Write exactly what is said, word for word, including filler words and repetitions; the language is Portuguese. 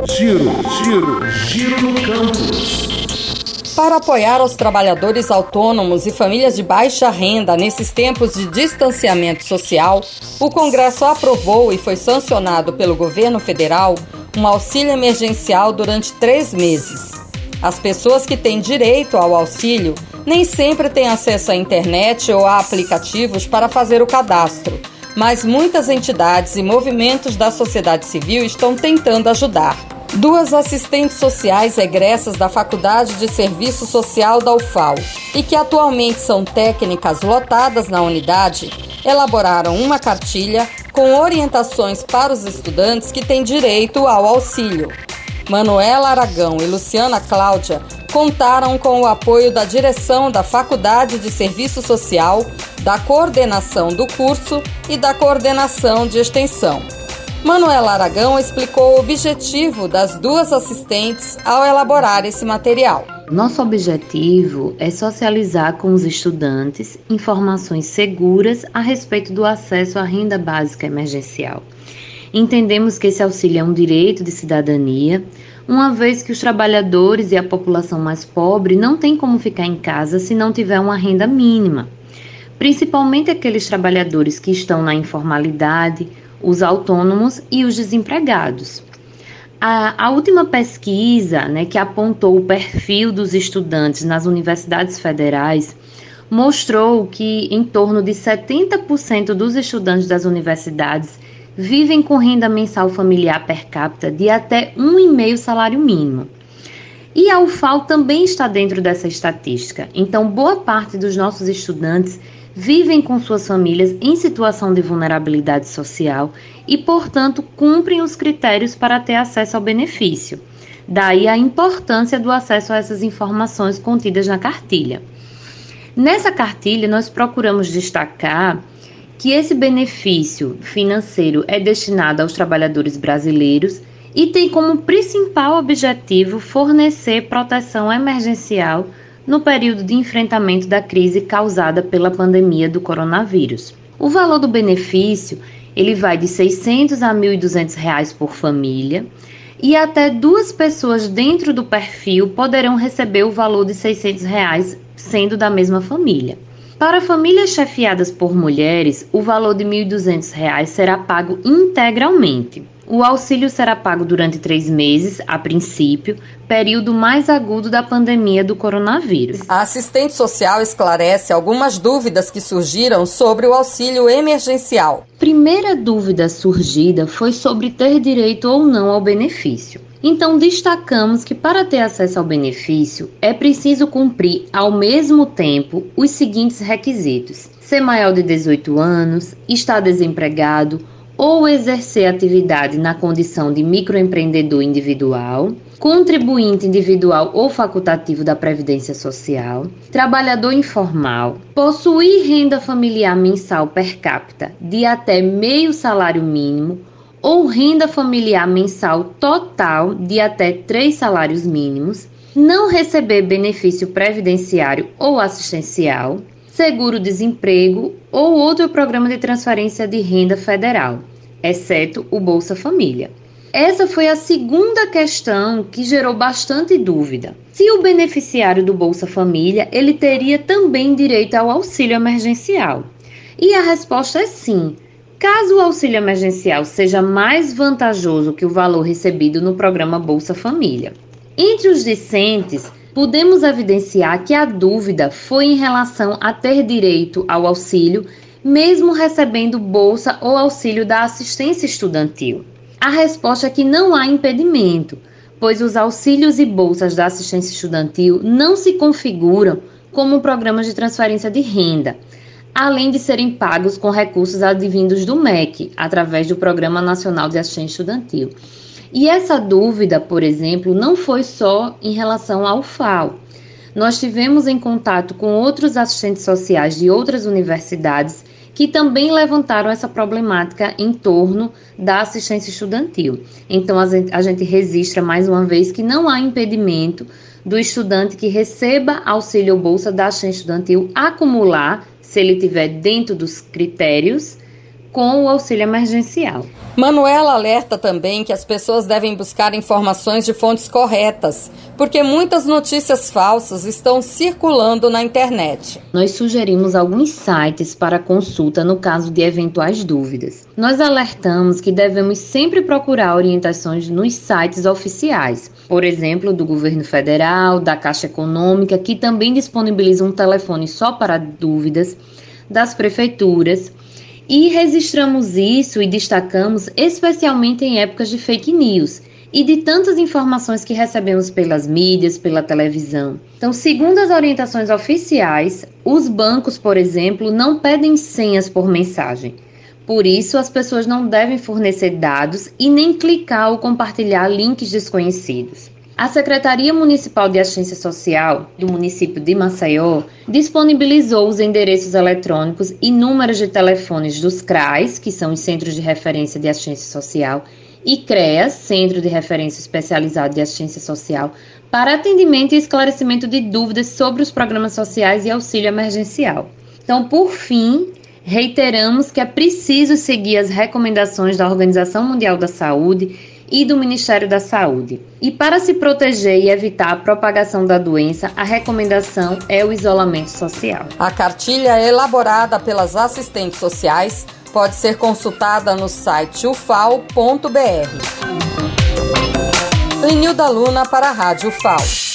Giro, giro, giro no campus. Para apoiar os trabalhadores autônomos e famílias de baixa renda nesses tempos de distanciamento social, o Congresso aprovou e foi sancionado pelo governo federal um auxílio emergencial durante três meses. As pessoas que têm direito ao auxílio nem sempre têm acesso à internet ou a aplicativos para fazer o cadastro, mas muitas entidades e movimentos da sociedade civil estão tentando ajudar. Duas assistentes sociais egressas da Faculdade de Serviço Social da U F A L e que atualmente são técnicas lotadas na unidade, elaboraram uma cartilha com orientações para os estudantes que têm direito ao auxílio. Manuela Aragão e Luciana Cláudia contaram com o apoio da direção da Faculdade de Serviço Social, da coordenação do curso e da coordenação de extensão. Manuela Aragão explicou o objetivo das duas assistentes ao elaborar esse material. Nosso objetivo é socializar com os estudantes informações seguras a respeito do acesso à renda básica emergencial. Entendemos que esse auxílio é um direito de cidadania, uma vez que os trabalhadores e a população mais pobre não têm como ficar em casa se não tiver uma renda mínima, principalmente aqueles trabalhadores que estão na informalidade, os autônomos e os desempregados. A, a última pesquisa, né, que apontou o perfil dos estudantes nas universidades federais mostrou que em torno de setenta por cento dos estudantes das universidades vivem com renda mensal familiar per capita de até um vírgula cinco salário mínimo. E a U F A L também está dentro dessa estatística, então boa parte dos nossos estudantes vivem com suas famílias em situação de vulnerabilidade social e, portanto, cumprem os critérios para ter acesso ao benefício. Daí a importância do acesso a essas informações contidas na cartilha. Nessa cartilha, nós procuramos destacar que esse benefício financeiro é destinado aos trabalhadores brasileiros e tem como principal objetivo fornecer proteção emergencial no período de enfrentamento da crise causada pela pandemia do coronavírus. O valor do benefício ele vai de seiscentos a mil e duzentos reais por família e até duas pessoas dentro do perfil poderão receber o valor de seiscentos reais, sendo da mesma família. Para famílias chefiadas por mulheres, o valor de mil e duzentos reais será pago integralmente. O auxílio será pago durante três meses, a princípio, período mais agudo da pandemia do coronavírus. A assistente social esclarece algumas dúvidas que surgiram sobre o auxílio emergencial. Primeira dúvida surgida foi sobre ter direito ou não ao benefício. Então, destacamos que para ter acesso ao benefício, é preciso cumprir ao mesmo tempo os seguintes requisitos: ser maior de dezoito anos, estar desempregado, ou exercer atividade na condição de microempreendedor individual, contribuinte individual ou facultativo da Previdência Social, trabalhador informal, possuir renda familiar mensal per capita de até meio salário mínimo ou renda familiar mensal total de até três salários mínimos, não receber benefício previdenciário ou assistencial, seguro-desemprego ou outro programa de transferência de renda federal, exceto o Bolsa Família. Essa foi a segunda questão que gerou bastante dúvida. Se o beneficiário do Bolsa Família, ele teria também direito ao auxílio emergencial. E a resposta é sim. Caso o auxílio emergencial seja mais vantajoso que o valor recebido no programa Bolsa Família. Entre os discentes, podemos evidenciar que a dúvida foi em relação a ter direito ao auxílio, mesmo recebendo bolsa ou auxílio da assistência estudantil. A resposta é que não há impedimento, pois os auxílios e bolsas da assistência estudantil não se configuram como programas de transferência de renda, além de serem pagos com recursos advindos do M E C, através do Programa Nacional de Assistência Estudantil. E essa dúvida, por exemplo, não foi só em relação ao F A L. Nós tivemos em contato com outros assistentes sociais de outras universidades que também levantaram essa problemática em torno da assistência estudantil. Então, a gente, a gente registra mais uma vez que não há impedimento do estudante que receba auxílio ou bolsa da assistência estudantil acumular, se ele estiver dentro dos critérios, com o auxílio emergencial. Manuela alerta também que as pessoas devem buscar informações de fontes corretas, porque muitas notícias falsas estão circulando na internet. Nós sugerimos alguns sites para consulta no caso de eventuais dúvidas. Nós alertamos que devemos sempre procurar orientações nos sites oficiais, por exemplo, do governo federal, da Caixa Econômica, que também disponibiliza um telefone só para dúvidas, das prefeituras. E registramos isso e destacamos especialmente em épocas de fake news e de tantas informações que recebemos pelas mídias, pela televisão. Então, segundo as orientações oficiais, os bancos, por exemplo, não pedem senhas por mensagem. Por isso, as pessoas não devem fornecer dados e nem clicar ou compartilhar links desconhecidos. A Secretaria Municipal de Assistência Social do município de Maceió disponibilizou os endereços eletrônicos e números de telefones dos C R A S, que são os Centros de Referência de Assistência Social, e C R E A S, Centro de Referência Especializado de Assistência Social, para atendimento e esclarecimento de dúvidas sobre os programas sociais e auxílio emergencial. Então, por fim, reiteramos que é preciso seguir as recomendações da Organização Mundial da Saúde e do Ministério da Saúde. E para se proteger e evitar a propagação da doença, a recomendação é o isolamento social. A cartilha elaborada pelas assistentes sociais pode ser consultada no site u f a o ponto b r. Lenilda Luna para a Rádio U F A O.